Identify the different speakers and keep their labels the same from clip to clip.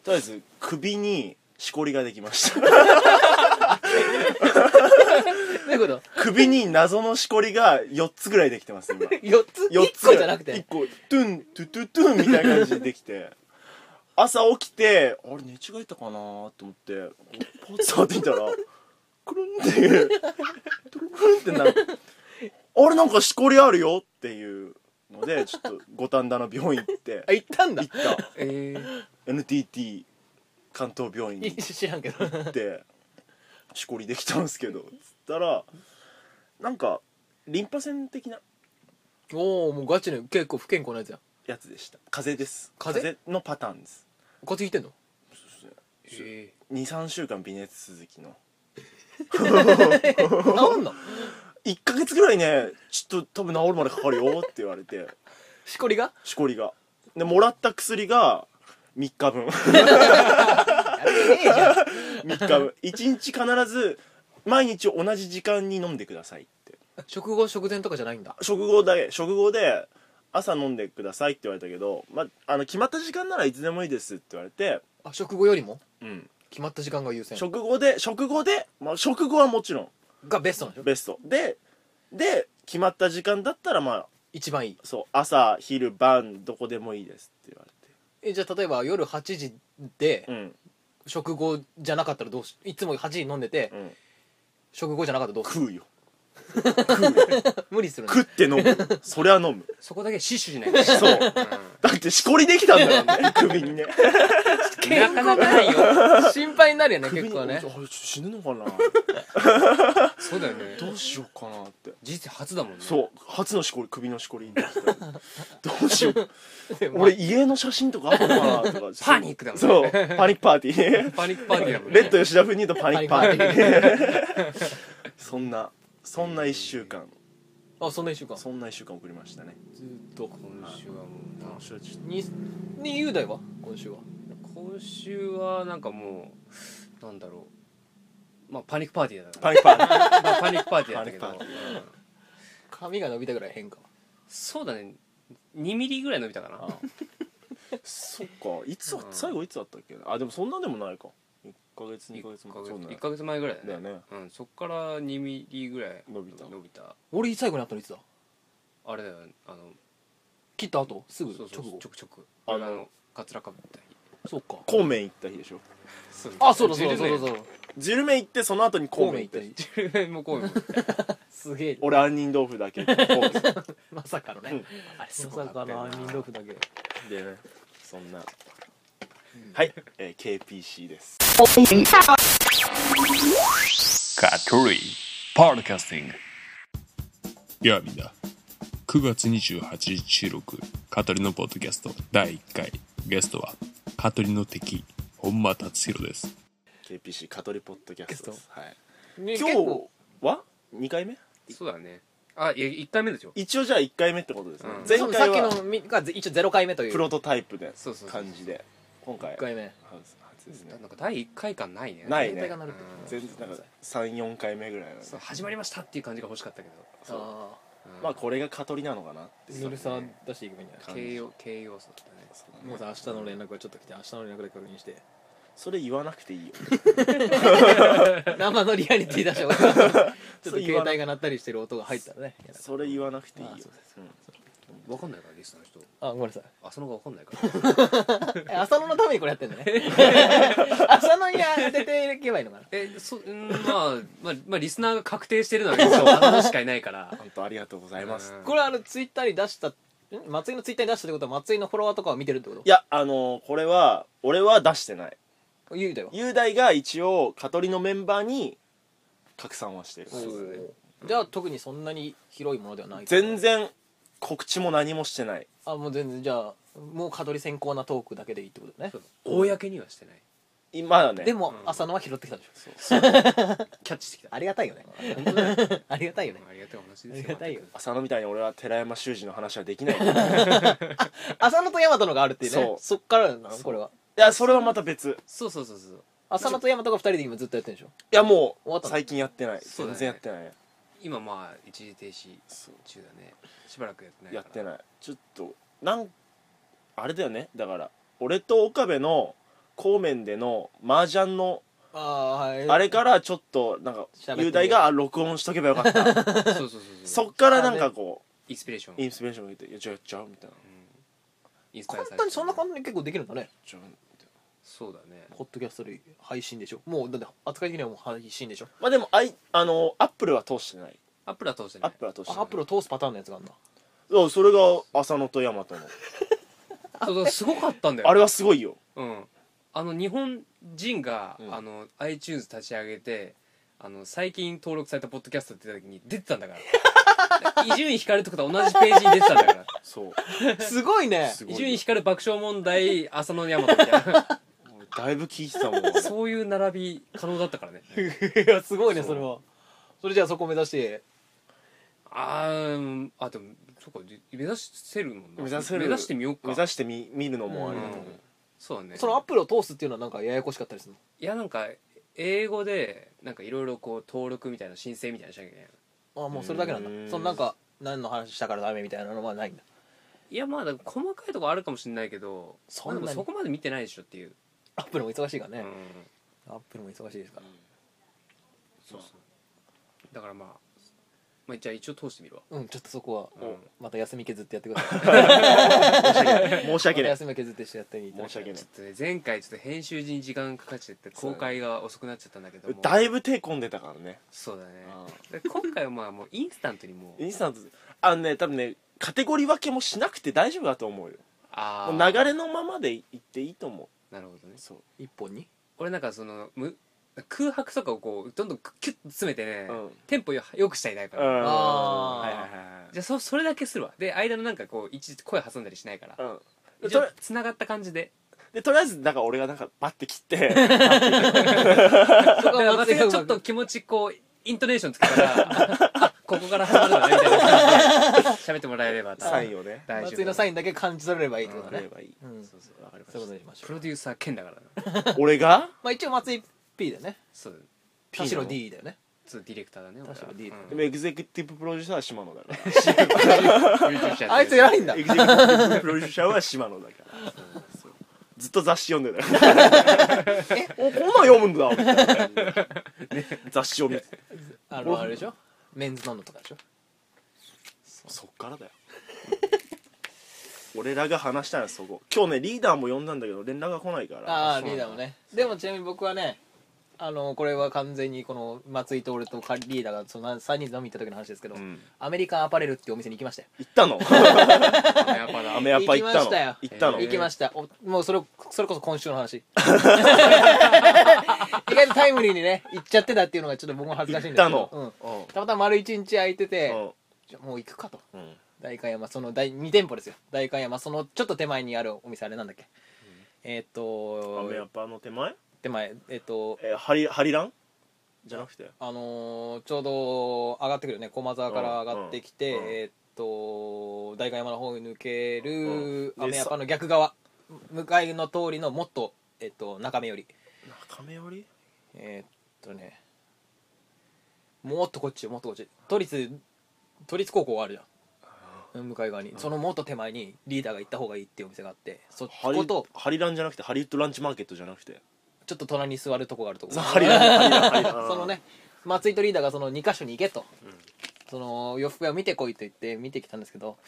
Speaker 1: とりあえず首にしこりができました
Speaker 2: どういうこと？
Speaker 1: 首に謎のしこりが4つぐらいできてます今。
Speaker 2: 4つ
Speaker 1: 4
Speaker 2: 1個じゃなくて
Speaker 1: 1個トゥントゥトゥトゥンみたいな感じでできて朝起きてあれ寝違えたかなと思ってポーツ触ってみたらクルンっていうトゥルンってなるあれなんかしこりあるよっていうのでちょっと五反田の病院行って
Speaker 2: あ、行ったんだ。
Speaker 1: 行った
Speaker 3: NTT
Speaker 1: 関東病院に
Speaker 2: 知らんけど
Speaker 1: 行ってしこりできたんですけどつったらなんかリンパ腺的な
Speaker 2: おお、もうガチの結構不健康なやつや。
Speaker 1: やつでした。風邪です。
Speaker 2: 風邪
Speaker 1: のパターンです。
Speaker 2: 風邪ひいてんの
Speaker 1: 2,3週間微熱続きの
Speaker 2: 治んの？
Speaker 1: 1ヶ月ぐらいねちょっと多分治るまでかかるよって言われて
Speaker 2: しこりが
Speaker 1: しこりがでもらった薬が3日分
Speaker 2: やってねえじゃん
Speaker 1: 3日分1日必ず毎日同じ時間に飲んでくださいって
Speaker 2: 食後食前とかじゃないんだ。
Speaker 1: 食後で朝飲んでくださいって言われたけど、決まった時間ならいつでもいいですって言われて、
Speaker 2: あ、食後よりも
Speaker 1: うん
Speaker 2: 決まった時間が優先
Speaker 1: 食後で、食後はもちろん
Speaker 2: がベストなんでしょ？
Speaker 1: ベストで決まった時間だったら
Speaker 2: 一番いい。
Speaker 1: そう朝昼晩どこでもいいですって言われて
Speaker 2: じゃあ例えば夜8時で、
Speaker 1: うん
Speaker 2: 食後じゃなかったらどうし、いつも8時に飲んでて、
Speaker 1: うん
Speaker 2: 食後じゃなかったらどうする？
Speaker 1: 食うよ
Speaker 2: 無理するの？
Speaker 1: 食って飲むそりゃ飲む
Speaker 3: そこだけ死守しないと
Speaker 1: そうだってしこりできたんだからね首にね
Speaker 2: 健康ないよ心配になるよね結構ね。
Speaker 1: あれ死ぬのかな
Speaker 3: そうだよね。
Speaker 1: どうしようかなって
Speaker 3: 人生初だもんね。
Speaker 1: そう初のしこり首のしこりできたどうしよう
Speaker 2: でも
Speaker 1: 俺家の写真とかあるのかなとか
Speaker 3: パニックだもんね。
Speaker 1: そうパニックパーティー
Speaker 3: パニックパーティーだもんね。
Speaker 1: レッド吉田風に言うとパニックパーティーそんな1週間
Speaker 2: あ、そんな1週間
Speaker 1: そんな1週間送りましたね
Speaker 2: ずっと
Speaker 3: 今週はもうな。
Speaker 1: 面白いちょっ
Speaker 2: に雄大は今週は
Speaker 3: 今週はなんかもうなんだろう、まあパニックパーティーだ
Speaker 1: と
Speaker 3: から
Speaker 1: パニックパーティー
Speaker 3: まあパニックパーティーだったけど、
Speaker 1: パニックパーテ
Speaker 3: うん
Speaker 2: 髪が伸びたぐらい変化は
Speaker 3: そうだね、2ミリぐらい伸びたかな。
Speaker 1: そっか最後いつだったっけでもそんなでもないか1ヶ月2ヶ月もそうね
Speaker 3: 1ヶ月前ぐらいだね。
Speaker 1: だよね
Speaker 3: うん、そっから2ミリぐらい
Speaker 1: 伸びた
Speaker 2: 俺最後に会ったのいつだ？
Speaker 3: あれだよ、
Speaker 2: 切った後すぐ
Speaker 3: そうそう
Speaker 2: 直後
Speaker 3: ちょくちょく
Speaker 1: あの
Speaker 3: カツラかぶった日。
Speaker 2: そうか
Speaker 1: 孔明行った日でしょ
Speaker 2: あ、そうだそう
Speaker 1: ジルメ行ってその後に孔明行った日
Speaker 3: 10年もこういうの
Speaker 2: すげえ
Speaker 1: 俺杏仁豆腐だけ
Speaker 2: まさかのね、
Speaker 1: うん
Speaker 2: あれまさかの杏仁豆腐だけ
Speaker 1: でねそんなはい、KPC です
Speaker 4: カトリーポッドキャスティング。いやみんな、9月28日収録カトリのポッドキャスト第1回ゲストはカトリの敵本間達弘です。
Speaker 1: KPC カトリポッドキャストです、はい、
Speaker 2: ね
Speaker 1: 今日は2回目
Speaker 3: そうだね。あ、いや1回目でしょ。
Speaker 1: 一応じゃあ1回目ってことですね、
Speaker 3: うん
Speaker 1: 前回
Speaker 2: さ
Speaker 1: は
Speaker 2: っきのが一応0回目という
Speaker 1: プロトタイプで
Speaker 3: そうそうそう
Speaker 1: 感じで今回
Speaker 2: 1回目
Speaker 1: 初ですね
Speaker 3: なんか第1回感ないね。
Speaker 1: ないね
Speaker 2: 全体がなるって
Speaker 1: 全然なんか34回目ぐらいはね
Speaker 3: そう始まりましたっていう感じが欲しかったけど、
Speaker 1: そう
Speaker 2: あ
Speaker 3: うん
Speaker 1: まあこれがカトリなのかなって
Speaker 2: あぬるさ出していけばいいんじゃない？
Speaker 3: 形容詞だったね。
Speaker 1: そうだね
Speaker 2: もうさ明日の連絡がちょっと来て明日の連絡で確認して
Speaker 1: それ言わなくていいよ
Speaker 2: 生のリアリティ出してちょっと携帯が鳴ったりしてる音が入ったらね
Speaker 1: それ言わなくていいよ
Speaker 2: あそうです
Speaker 3: 分かんないからリスナーの人、
Speaker 2: あ、ごめんなさい
Speaker 3: 浅野が分かんないから
Speaker 2: 浅野のためにこれやってんのね浅野に当てていけばいいのかな
Speaker 3: まあリスナーが確定してるのは浅野しかいないから
Speaker 1: 本当ありがとうございます
Speaker 3: うん
Speaker 2: これはツイッターに出した松井のツイッターに出したってことは松井のフォロワーとかは見てるってこと？
Speaker 1: いやこれは俺は出してない
Speaker 2: 言うだよ
Speaker 1: 雄大が一応カトリのメンバーに拡散はしてる
Speaker 3: そうだね。
Speaker 2: じゃあ特にそんなに広いものではない
Speaker 1: 全然告知も何もしてない
Speaker 2: あ、もう全然じゃあもう蚊取り先行なトークだけでいいってことね。
Speaker 3: 公にはしてない。
Speaker 1: 今だね
Speaker 2: でも浅野は拾ってきたでしょ。
Speaker 3: キャッチしてきた。
Speaker 2: ありがたいよね。
Speaker 3: 本当だよ。
Speaker 2: ありがたいよね。
Speaker 3: ありがたいお話
Speaker 2: あ
Speaker 3: ですよ。
Speaker 2: りがたいよね。
Speaker 1: 浅野みたいに俺は寺山修司の話はできないい
Speaker 2: 浅野と大和のがあるっていうね。
Speaker 1: そう
Speaker 2: そっからなのこれは。
Speaker 1: やそれはまた別
Speaker 3: そうそう。
Speaker 2: 浅野と大和が2人で今ずっとやってるんでしょ。
Speaker 1: いやもう
Speaker 2: 終わったの
Speaker 1: 最近やってない
Speaker 3: そうだね
Speaker 1: 全然やってない
Speaker 3: 今まあ一時停止中だね。しばらくやってないから。
Speaker 1: やってないちょっとあれだよねだから俺と岡部の孔明での麻雀の
Speaker 2: はい
Speaker 1: あれからちょっとなんか
Speaker 2: 喋ってみよう
Speaker 1: 雄大が録音しとけばよかった
Speaker 3: そうそう
Speaker 1: そっからなんかこ
Speaker 3: インスピレーション
Speaker 1: うインスピレーションが出て「いやじゃあやっちゃう」みたいな
Speaker 3: インスパイアされて
Speaker 2: 簡単にそんな簡単に結構できるんだね。
Speaker 1: じゃあみたいな
Speaker 3: そうだね
Speaker 2: ポッドキャストで配信でしょ。もうだって扱い的にはもう配信でしょ。
Speaker 1: まあでもアップルは通してない
Speaker 3: アップルは通して
Speaker 1: アッ
Speaker 3: ない
Speaker 1: プルは通してない
Speaker 2: アップルを通すパターンのやつがあるんだ。
Speaker 1: そうそれが浅野と大和の
Speaker 3: そうすごかったんだよ
Speaker 1: あれはすごいよ
Speaker 3: 日本人が、
Speaker 1: うん
Speaker 3: iTunes 立ち上げて最近登録されたポッドキャストって言った時に出てたんだから伊集院光とかと同じページに出てたんだから
Speaker 1: そう
Speaker 2: すごいね。
Speaker 1: すごい
Speaker 3: 伊集院光爆笑問題浅野大和みたいな
Speaker 1: だいぶ聞いてたもん
Speaker 3: そういう並び可能だったからね
Speaker 2: いやすごいねそれは。それじゃあそこを目指して
Speaker 3: でもそっか目指せるもんな
Speaker 1: 目指せる
Speaker 3: 目指してみようか
Speaker 1: 目指して見るのもありだと思う
Speaker 3: そうだね
Speaker 2: そのアップルを通すっていうのはなんかややこしかったりするの。
Speaker 3: いやなんか英語でなんかいろいろこう登録みたいな申請みたいなのしなきゃいけない
Speaker 2: あもうそれだけなんだ。そのなんか何の話したからダメみたいなのはないんだ。
Speaker 3: いやまあだから細かいとこあるかもしれないけど
Speaker 2: そんなに
Speaker 3: まあでもそこまで見てないでしょっていう、
Speaker 2: アップルも忙しいからね。
Speaker 3: うん
Speaker 2: アップルも忙しいですから。
Speaker 3: そうそうだからまあじゃあ一応通してみるわ
Speaker 2: うんちょっとそこは
Speaker 3: うん
Speaker 2: また休み削ってやってください。
Speaker 1: 申し訳ない
Speaker 2: 休み削ってしてやってみて。
Speaker 1: 申し訳ない
Speaker 3: ちょっとね前回ちょっと編集に時間かかっちゃって公開が遅くなっちゃったんだけども
Speaker 1: だいぶ手込んでたからね
Speaker 3: そうだねで今回はまあもうインスタントにもう
Speaker 1: インスタント多分ねカテゴリー分けもしなくて大丈夫だと思うよ
Speaker 3: あ
Speaker 1: もう流れのままでいっていいと思う
Speaker 3: なるほどね
Speaker 1: そう
Speaker 2: 一本に
Speaker 3: 俺なんかその空白とかをこうどんどんキュッと詰めてね、
Speaker 1: うん
Speaker 3: テンポよくしたいタイプ
Speaker 1: うん
Speaker 3: なの
Speaker 2: あー
Speaker 1: はいはいはい
Speaker 3: じゃあそれだけするわで間のなんかこう一時声挟んだりしないから、
Speaker 1: うん
Speaker 3: 一応つながった感じで
Speaker 1: とりあえずなんか俺がなんかバッて切って
Speaker 2: そこ
Speaker 3: だから
Speaker 2: は松井が
Speaker 3: 松井がちょっと気持ちこうイントネーションつけたらあここから始まるんだなみたいな感じで喋ってもらえれば
Speaker 1: サインをね
Speaker 3: 大丈夫
Speaker 2: 松井のサインだけ感じ取れればいいってことね。
Speaker 1: やればいい
Speaker 2: うん
Speaker 3: そうそう
Speaker 1: わかりま
Speaker 2: そういう
Speaker 1: し
Speaker 2: ことにしましょう。
Speaker 3: プロデューサー兼だからな
Speaker 1: 俺が
Speaker 2: まあ一応松井 P だよね。
Speaker 3: そう
Speaker 2: 田代 D だよね。
Speaker 3: そうディレクターだね俺は
Speaker 2: 田代 D
Speaker 1: でもエグゼクティブプロデューサーは島野だから
Speaker 2: あいつ偉いんだ
Speaker 1: エ。グゼクティブプロデューサーは島野だからそうずっと雑誌読んでたよおこんなん読むんだみたいな感じで雑誌を見て
Speaker 2: あれでしょメンズノンノとかでしょ。
Speaker 1: そっからだよ俺らが話したいのはそこ今日ねリーダーも呼んだんだけど連絡が来ないから
Speaker 2: ああリーダーもね。でもちなみに僕はねこれは完全にこの松井と俺とリーダーがその3人で飲み行った時の話ですけど、
Speaker 1: うん
Speaker 2: アメリカンアパレルっていうお店に行きましたよ。
Speaker 1: 行ったの
Speaker 3: やっぱだ
Speaker 1: アメヤパ行ったの
Speaker 2: 行きましたよ
Speaker 1: 行ったの
Speaker 3: えー
Speaker 2: 行きました。もうそれこそ今週の話。意外とタイムリーにね行っちゃってたっていうのがちょっと僕も恥ずかしいんですけど。
Speaker 1: 行ったの
Speaker 2: うん。たまたま丸1日空いてて、
Speaker 1: う
Speaker 2: じゃあもう行くかと。
Speaker 1: んうん
Speaker 2: 代官山その2店舗ですよ。代官山そのちょっと手前にあるお店あれなんだっけ。
Speaker 1: アメヤパの手前
Speaker 2: 手前
Speaker 1: ハリランじゃなくて
Speaker 2: ちょうど上がってくるね駒沢から上がってきて、代官山の方に抜ける
Speaker 1: うん
Speaker 2: アメヤパの逆側向かいの通りのもっと中目寄り
Speaker 1: 中目寄り
Speaker 2: もっとこっち都立高校があるじゃん向かい側に、そのもっと手前にリーダーが行った方がいいっていうお店があってそこと
Speaker 1: ハリランじゃなくてハリウッドランチマーケットじゃなくて
Speaker 2: ちょっと隣に座るとこがあるとこ
Speaker 1: ハリラン
Speaker 2: そのね松井とリーダーがその2カ所に行けと、その洋服屋を見てこいと言って見てきたんですけど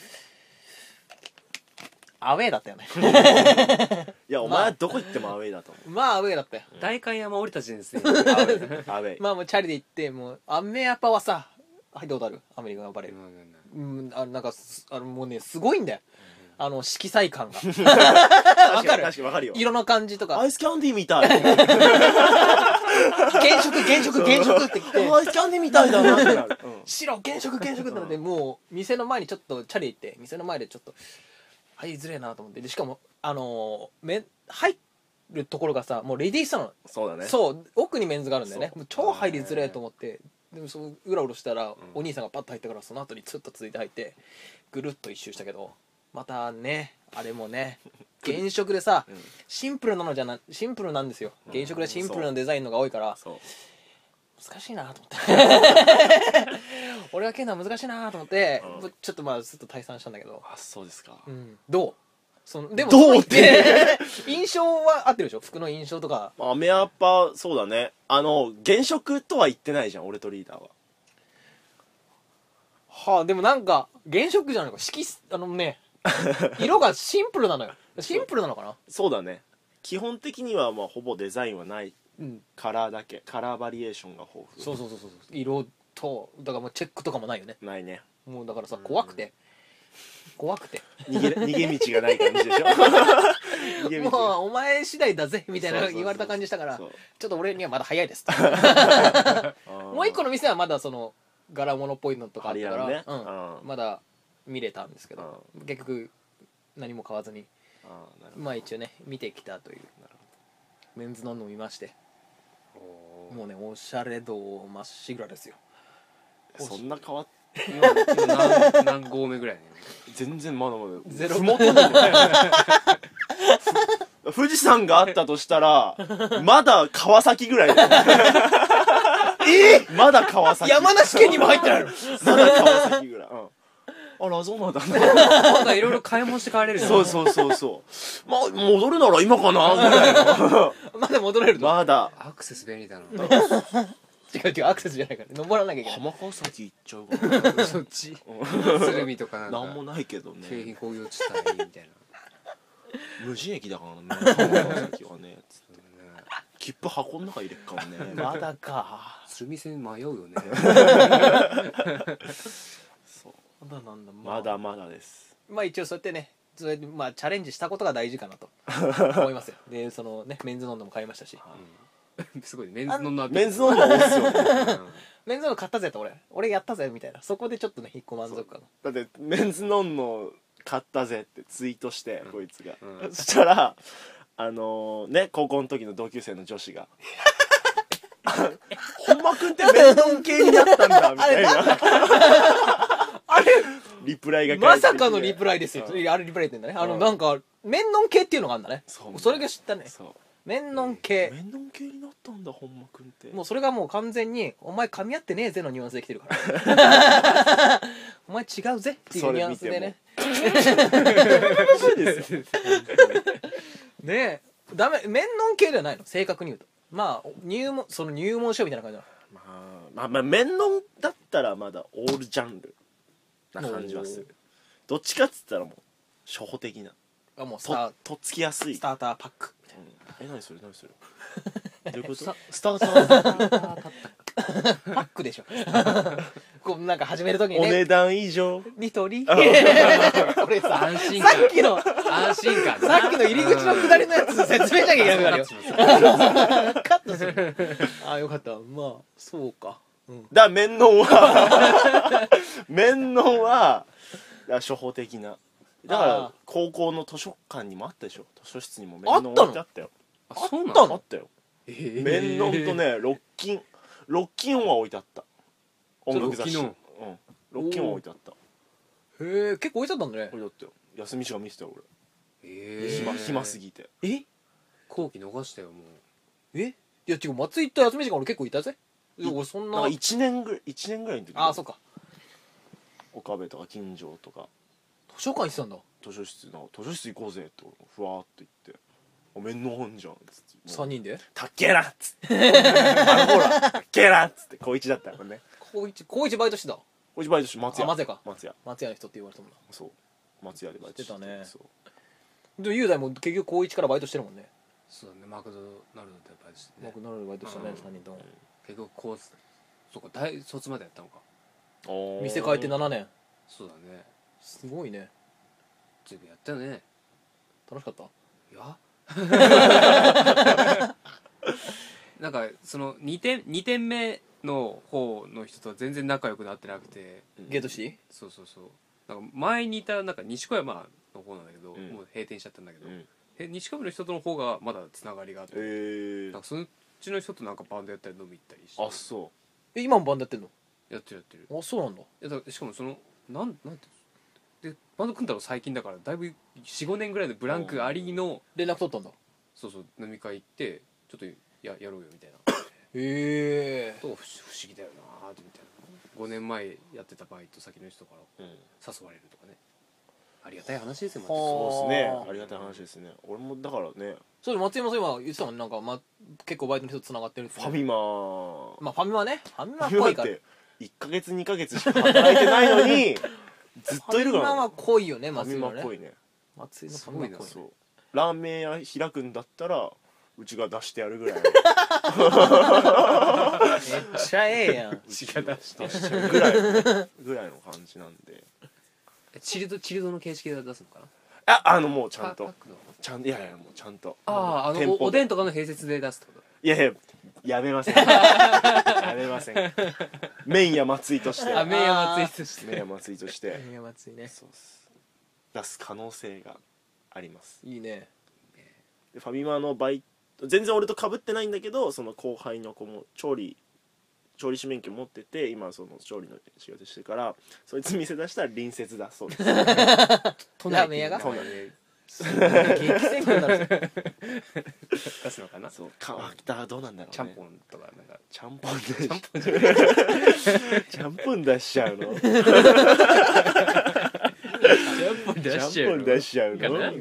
Speaker 2: アウェーだったよね
Speaker 1: いやお前はどこ行ってもアウェイだと思
Speaker 2: まあアウェーだったよ、
Speaker 3: 代官山降りた時点ですね
Speaker 1: うアウェイ
Speaker 2: まあもうチャリで行ってもうアメヤパはさ入ったことあるアメリカンアパレル、なんかもうねすごいんだよ、色彩感が
Speaker 1: 確かに
Speaker 2: かる
Speaker 1: 確かにわかるよ
Speaker 2: 色の感じとか
Speaker 1: アイスキャンディーみたい
Speaker 2: 原色ってきて
Speaker 1: アイスキャンディーみたいだなってなる
Speaker 2: 白原色ってなってもう店の前にちょっとチャリ行って店の前でちょっと入りづれえなと思ってでしかも入るところがさもうレディースなの、
Speaker 1: そうだね
Speaker 2: そう奥にメンズがあるんだよね
Speaker 1: そう
Speaker 2: もう超入りづれえと思ってでもそううろうろしたら、お兄さんがパッと入ったからその後にツッと続いて入ってぐるっと一周したけどまたねあれもね原色でさ、シンプルなんですよ原色でシンプルなデザインのが多いから、
Speaker 1: そう
Speaker 2: 難しいなと思って俺が蹴るのは難しいなと思って、ちょっとまあずっと退散したんだけど、
Speaker 1: あそうですか
Speaker 2: どうでも
Speaker 1: どうって
Speaker 2: 印象は合ってるでしょ、服の印象とか。
Speaker 1: アメアパそうだね、原色とは言ってないじゃん俺とリーダーは。
Speaker 2: はあ、でもなんか原色じゃないか、色がシンプルなのよ。シンプルなのかな。
Speaker 1: そうだね、基本的にはまあほぼデザインはない、
Speaker 2: うん、
Speaker 1: カラーバリエーションが豊富。
Speaker 2: そう色と、だからもうチェックとかもないよね。
Speaker 1: ないね。
Speaker 2: もうだからさ、怖くて
Speaker 1: 逃げ道がない感じでしょ逃げ道
Speaker 2: もうお前次第だぜみたいな
Speaker 1: そう
Speaker 2: 言われた感じしたから、
Speaker 1: そう
Speaker 2: ちょっと俺にはまだ早いですともう一個の店はまだその柄物っぽいのとかあったから、
Speaker 1: ハリアンね
Speaker 2: まだ見れたんですけど、結局何も買わずに、
Speaker 1: なるほど。
Speaker 2: まあ一応ね見てきたという。メンズノンノ見まして、もうねおしゃれ度まっしぐらですよ。
Speaker 1: そんな変わっ
Speaker 3: 今何合目ぐらいね。
Speaker 1: 全然まだまだ
Speaker 2: ゼロ
Speaker 1: 麓に富士山があったとしたらまだ川崎ぐらいだよねまだ川崎、
Speaker 2: 山梨県にも入ってないの
Speaker 1: まだ川崎ぐらい、あラゾーナだな
Speaker 3: まだいろいろ買い物して帰れるじゃん。
Speaker 1: そうまあ戻るなら今かなぐらいの
Speaker 2: まだ戻れるの、
Speaker 1: まだ
Speaker 3: アクセス便利だな。
Speaker 2: 違うアクセスじゃないから登らなきゃいけない。
Speaker 1: 浜川崎行っちゃうかな
Speaker 3: そっち鶴見とかなんか
Speaker 1: なんもないけど
Speaker 3: 京浜
Speaker 1: ね、
Speaker 3: 工業地帯みたいな。
Speaker 1: 無人駅だからね浜川崎はねつって切符箱の中入れっからね
Speaker 2: まだか。
Speaker 3: 鶴見線迷うよね。
Speaker 1: そう
Speaker 2: まだなんだ、
Speaker 1: まだまだです。
Speaker 2: まあ一応そうやってね、それでまあチャレンジしたことが大事かなと思いますよ。でそのねメンズノンノも買いましたし、
Speaker 3: すごいメンズノンノ
Speaker 1: メンズノンノ多いっすよ
Speaker 2: メンズノンノ買ったぜと俺やったぜみたいな、そこでちょっとね一個満足感。
Speaker 1: だってメンズノンノ買ったぜってツイートしてこいつが、
Speaker 3: うん
Speaker 1: そしたらね高校の時の同級生の女子が本間くんってメンノン系になったんだみたいな
Speaker 2: あれ
Speaker 1: リプライが
Speaker 2: まさかのリプライですよ。
Speaker 1: うん
Speaker 2: あれリプライって言うんだね。
Speaker 1: うん
Speaker 2: なんかメンノン系っていうのがあるんだね。
Speaker 1: そう
Speaker 2: それが知ったね。
Speaker 1: そう
Speaker 2: メンノン系、
Speaker 1: メンノン系になったんだ本間くんって
Speaker 2: もうそれがもう完全にお前噛み合ってねえぜのニュアンスで来てるからお前違うぜっていうニュアンスでね
Speaker 1: そうですよ
Speaker 2: ねえ、ダメ、メンノン系ではないの、正確に言うと。まあその入門書みたいな感じだ。
Speaker 1: まあメンノンだったらまだオールジャンルな感じはする。どっちかっつったらもう初歩的な
Speaker 2: あ、もう
Speaker 1: とっつきやすい。
Speaker 2: スターターパック。
Speaker 1: 何それどういうことスターター
Speaker 2: パックでしょこうなんか始めるときにね、
Speaker 1: お値段以上
Speaker 2: ニトリこれさ、
Speaker 3: 安心
Speaker 2: さ
Speaker 3: 感
Speaker 2: っきの入り口の下りのやつ説明しなきゃいけなくなるよカットする。ああよかった。まあそうか、
Speaker 1: だからメンノンはだから初歩的な。だから高校の図書館にもあったでしょ。図書室にもメンノン置いてあったよ。
Speaker 3: あ、そうなの？
Speaker 2: あったの
Speaker 1: あったよ。メンノンとねロッキン音は置いてあった。音楽雑誌。
Speaker 3: ロッ
Speaker 1: ロッキン音は置いてあった。
Speaker 2: へえ、結構置いてあったんだね。
Speaker 1: 置いてあったよ。休み時間見せたよ
Speaker 3: え
Speaker 1: 俺。暇すぎて。
Speaker 2: え
Speaker 3: 後期逃したよもう。
Speaker 2: いや違う、松井と休み時間俺結構いたぜ。いや俺そんな
Speaker 1: なんか1年ぐらいの時。
Speaker 2: ああそうか、
Speaker 1: 岡部とか金城とか
Speaker 2: 図書館行ってたんだ。
Speaker 1: 図書室行こうぜって俺もふわーっと言って「おめんの本じゃん」っつって
Speaker 2: 3人で
Speaker 1: たっけえなっつってあのほらたっけえなっつって高一だったからね。
Speaker 2: 高一バイトしてた。
Speaker 1: 高一バイトして松屋
Speaker 2: 松屋か。
Speaker 1: 松屋
Speaker 2: 松屋の人って言われたもんな。
Speaker 1: そう松屋でバイトして
Speaker 2: 知ってたね
Speaker 1: そう
Speaker 2: で雄大も結局高一からバイトしてるもんね。
Speaker 3: そうだね、マクドナルドでバイトしてね。
Speaker 2: 僕なるバイトしたね、
Speaker 3: うん
Speaker 2: 3人とも。
Speaker 3: 結局こう、そうか、大卒までやったのか。
Speaker 1: おー
Speaker 2: 店変えて7年。
Speaker 3: そうだね。
Speaker 2: すごいね。
Speaker 3: 随分やったよね。
Speaker 2: 楽しかった。
Speaker 3: いやなんかその2点目の方の人とは全然仲良くなってなくて、
Speaker 2: ゲートシティ
Speaker 3: そうなんか前にいたなんか西小山の方なんだけど、
Speaker 1: うん
Speaker 3: もう閉店しちゃったんだけど、
Speaker 1: うん
Speaker 3: 西小山の人との方がまだつながりがあって、なんかそっちの人となんかバンドやったり飲み行ったりして
Speaker 1: あそ
Speaker 2: 今もバンドやってんの？
Speaker 3: やってる
Speaker 2: あ、そうなんだ。
Speaker 3: いやだしかもそのなんてでバンド組んだの最近だからだいぶ 4,5 年ぐらいのブランクありの
Speaker 2: 連絡取ったんだ。
Speaker 3: そう飲み会行ってちょっとやろうよみたいな
Speaker 2: へえ。
Speaker 3: と不思議だよなーってみたいな5年前やってたバイト先の人から
Speaker 1: う、うん、
Speaker 3: 誘われるとかねあありがたい話ですよ、
Speaker 1: そうですね、ありがたい話ですね。俺もだからね、
Speaker 2: そう松井もそう今言ってたもんなんか、結構バイトの人と繋がってるって
Speaker 1: ファミマ
Speaker 2: ファミマねファミマっ
Speaker 1: ファミマっ
Speaker 2: ぽいから
Speaker 1: て1ヶ月2ヶ月しか働いてないのにずっといるから
Speaker 2: ファミマは濃いよね
Speaker 1: ファミ
Speaker 2: 松井のね
Speaker 1: マっぽいね。
Speaker 2: 松井のファミマっぽいね
Speaker 1: そうラーメン屋開くんだったらうちが出してやるぐらい
Speaker 2: めっちゃええやん
Speaker 3: 血が出して
Speaker 1: 出しちゃうぐらいの感じなんで、
Speaker 3: チルドの形式で出すのかな。
Speaker 1: もうちゃんと
Speaker 3: パックの
Speaker 1: いやもうちゃんと
Speaker 3: 店舗おでんとかの併設で出すってこと。
Speaker 1: いややめませんやめません。麺や松井として
Speaker 3: 麺屋松井として
Speaker 1: 麺や松井として
Speaker 2: いや松井ね
Speaker 1: そうっす出す可能性があります。
Speaker 2: いいね
Speaker 1: でファミマのバイト全然俺と被ってないんだけど、その後輩の子も調理師免許持ってて今その調理の仕事してるから、そいつ店出したら隣接だそうです
Speaker 2: ラーメン屋が
Speaker 1: そうなんで
Speaker 2: 激戦区になるぜ
Speaker 3: 出すのかな。
Speaker 1: そう川北どうなんだろうね。
Speaker 3: ちゃんぽんとかなんか
Speaker 1: ちゃんぽんちゃんぽん出しちゃうの
Speaker 3: ちゃんぽん出しちゃうの。
Speaker 1: ちゃんぽん出しちゃうの
Speaker 3: かな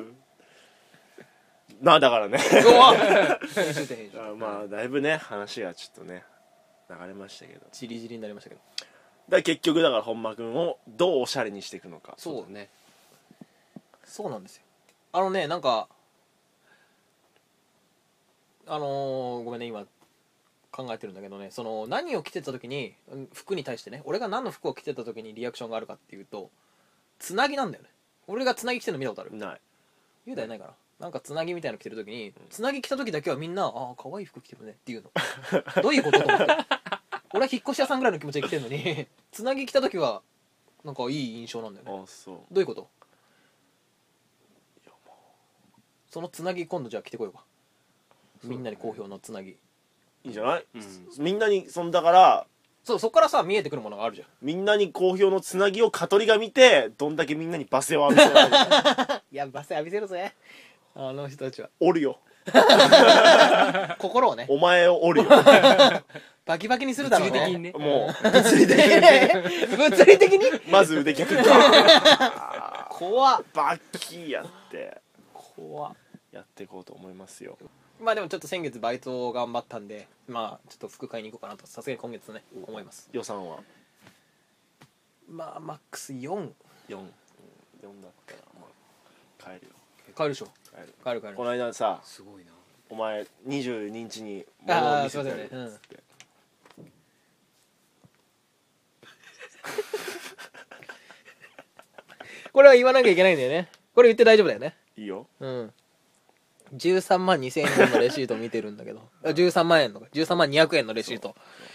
Speaker 1: だからね
Speaker 2: うわ編集点編集
Speaker 1: まあだいぶね話がちょっとね流れましたけど、だか
Speaker 2: じりじりになりましたけど
Speaker 1: ら結局だから本間君をどうおしゃれにしていくのか。
Speaker 2: そう
Speaker 3: だね。
Speaker 2: そうなんですよなんかごめんね今考えてるんだけどね、その何を着てた時に服に対してね俺が何の服を着てた時にリアクションがあるかっていうとつなぎなんだよね。俺がつなぎ着てるの見たことある？
Speaker 1: ない。
Speaker 2: 雄大ないかな。なんかつなぎみたいなの着てる時につなぎ着た時だけはみんなあ可愛い服着てるねっていうのどういうことと思って俺は引っ越し屋さんぐらいの気持ちで着てるのにつなぎ着た時はなんかいい印象なんだよね。
Speaker 1: そう
Speaker 2: どういうこと？そのつなぎ今度じゃあ着てこようか。みんなに好評のつなぎ。
Speaker 1: いいんじゃない、
Speaker 3: うん
Speaker 1: みんなにだから
Speaker 2: そこからさ見えてくるものがあるじゃん。
Speaker 1: みんなに好評のつなぎを香取が見てどんだけみんなに罵声を浴びせられるか
Speaker 2: いやバス浴びせるぜあの人たちは。
Speaker 1: おるよ
Speaker 2: 心をね
Speaker 1: お前をおるよ
Speaker 2: バキバキにするだろうね。
Speaker 3: 物理的にね。
Speaker 1: もう物理的に
Speaker 2: 物理的に
Speaker 1: まず腕逆ガーン
Speaker 2: 怖っ
Speaker 1: バッキーやって
Speaker 2: 怖っ。
Speaker 1: やっていこうと思いますよ。
Speaker 2: まあでもちょっと先月バイトを頑張ったんでまあちょっと服買いに行こうかなとさすがに今月ね思います。
Speaker 1: 予算は
Speaker 2: まあマックス4
Speaker 1: 4、4だったらまあ買えるよ。
Speaker 2: 買えるでしょ。
Speaker 1: 買える。
Speaker 2: 買える買える
Speaker 1: この間さ
Speaker 3: すごいな。
Speaker 1: お前22日に物を見せてやるっつ
Speaker 2: すいませんね
Speaker 1: って、
Speaker 2: これは言わなきゃいけないんだよね。これ言って大丈夫だよね。
Speaker 1: いいよ。
Speaker 2: うん13万2000円分のレシートを見てるんだけど13万円の13万200円のレシート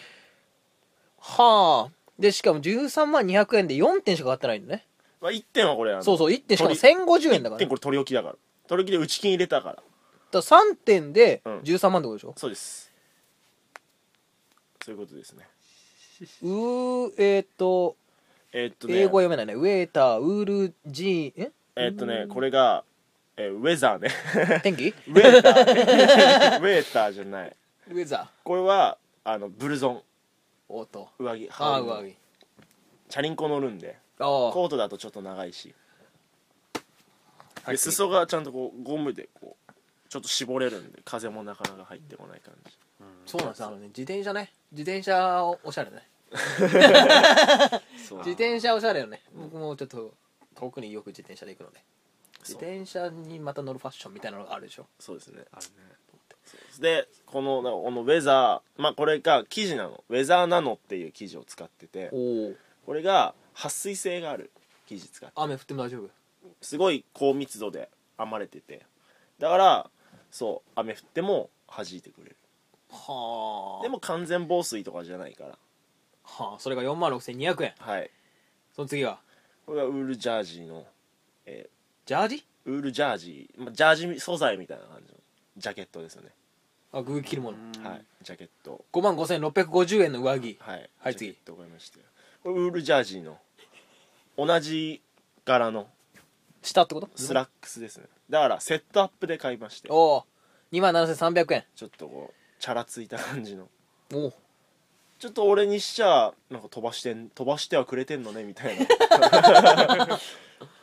Speaker 2: はあ。でしかも13万200円で4点しか買ってないんだね。
Speaker 1: まあ1点はこれ
Speaker 2: そうそう1点しかも1050円だから、
Speaker 1: 1点
Speaker 2: ね、
Speaker 1: これ取り置きだから取り置きで内金入れたから。
Speaker 2: だから3点で
Speaker 1: うん
Speaker 2: 13万ってことでしょ。
Speaker 1: そうですそういうことですね。
Speaker 2: 英語
Speaker 1: ね
Speaker 2: は読めないね。ウェーターウールジー
Speaker 1: これが、ウェザーね
Speaker 2: 天気
Speaker 1: ウェーター、ね、ウェーターじゃない。
Speaker 2: ウェザ
Speaker 1: これはブルゾン
Speaker 2: ーおっと
Speaker 1: 上着
Speaker 2: ああ
Speaker 1: 羽織の
Speaker 2: 上着
Speaker 1: チャリンコ乗るんで
Speaker 2: ああ
Speaker 1: コートだとちょっと長いし、
Speaker 2: はい
Speaker 1: で裾がちゃんとこうゴムでこうちょっと絞れるんで風もなかなか入ってこない感じ。
Speaker 2: そうなんですよ自転車ね自転車おしゃれね
Speaker 1: そう
Speaker 2: 自転車おしゃれよね。僕もちょっと遠くによく自転車で行くので自
Speaker 1: そう
Speaker 2: 転車にまた乗るファッションみたいなのがあるでしょ。
Speaker 1: そうですね。
Speaker 3: あるね。
Speaker 1: でこのウェザー、まあこれが生地なのウェザーナノっていう生地を使ってて、
Speaker 2: おお
Speaker 1: これが撥水性がある生地使って
Speaker 2: 雨降っても大丈夫。
Speaker 1: すごい高密度で編まれてて、だからそう雨降っても弾いてくれる。
Speaker 2: はあ
Speaker 1: でも完全防水とかじゃないから。
Speaker 2: はあそれが4万6200円。
Speaker 1: はい。
Speaker 2: その次は
Speaker 1: これがウールジャージーの、
Speaker 2: ジャージ
Speaker 1: ウールジャージー、まあ、ジャージ素材みたいな感じのジャケットですよね。
Speaker 2: あグー着るもの
Speaker 1: はい。ジャケット。
Speaker 2: 5万5650円の上着。
Speaker 1: はい。
Speaker 2: はい次
Speaker 1: ジャケット買いましたよ。これウールジャージーの同じ柄の
Speaker 2: 下ってこと
Speaker 1: スラックスですね。だからセットアップで買いまして、
Speaker 2: おお2万7300円。
Speaker 1: ちょっとこうチャラついた感じの、
Speaker 2: おお
Speaker 1: ちょっと俺にしちゃなんか飛ばしてはくれてんのねみたいな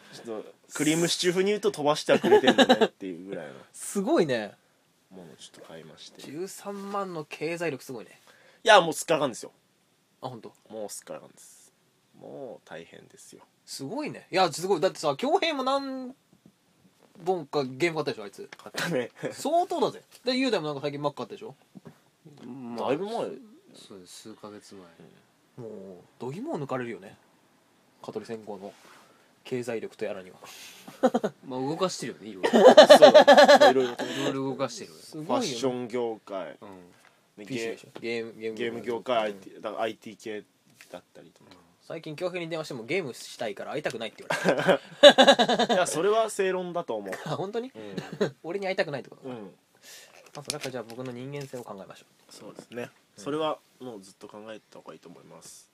Speaker 1: ちょっとクリームシチュー風に言うと飛ばしてはくれてんだねっていうぐらいの
Speaker 2: すごいね。
Speaker 1: ものをちょっと買いまして、い
Speaker 2: 13万の経済力すごいね。
Speaker 1: やもうすっからかんですよ。
Speaker 2: あ、本当。
Speaker 1: もうすっからかんです。もう大変ですよ。
Speaker 2: すごいね。いやすごい。だってさ、恭平も何本かゲーム買ったでしょあいつ。
Speaker 1: 買ったね
Speaker 2: 相当だぜ。で雄大もなんか最近マック買ったでしょ。
Speaker 1: だいぶ前。
Speaker 3: そうです数ヶ月前、
Speaker 2: もう度肝を抜かれるよね、香取専攻の経済力とやらには。
Speaker 3: まあ動かしてるよねいろい
Speaker 1: そうだねいろいろと
Speaker 3: ろいろいろ動かしてるよね
Speaker 2: すごいよ、
Speaker 1: ファッ
Speaker 2: ね、
Speaker 1: ション業界、
Speaker 3: うん
Speaker 1: ね
Speaker 2: PC でしょゲーム
Speaker 1: 業界、IT だから IT 系だったりとか、
Speaker 2: 最近恭平に電話してもゲームしたいから会いたくないって言われて
Speaker 1: いやそれは正論だと思う。
Speaker 2: あ本当に、
Speaker 1: う
Speaker 2: 俺に会いたくないってこと、
Speaker 1: ん、
Speaker 2: まあ、それからじゃあ僕の人間性を考えましょう。
Speaker 1: そうですね、それはもうずっと考えた方がいいと思います。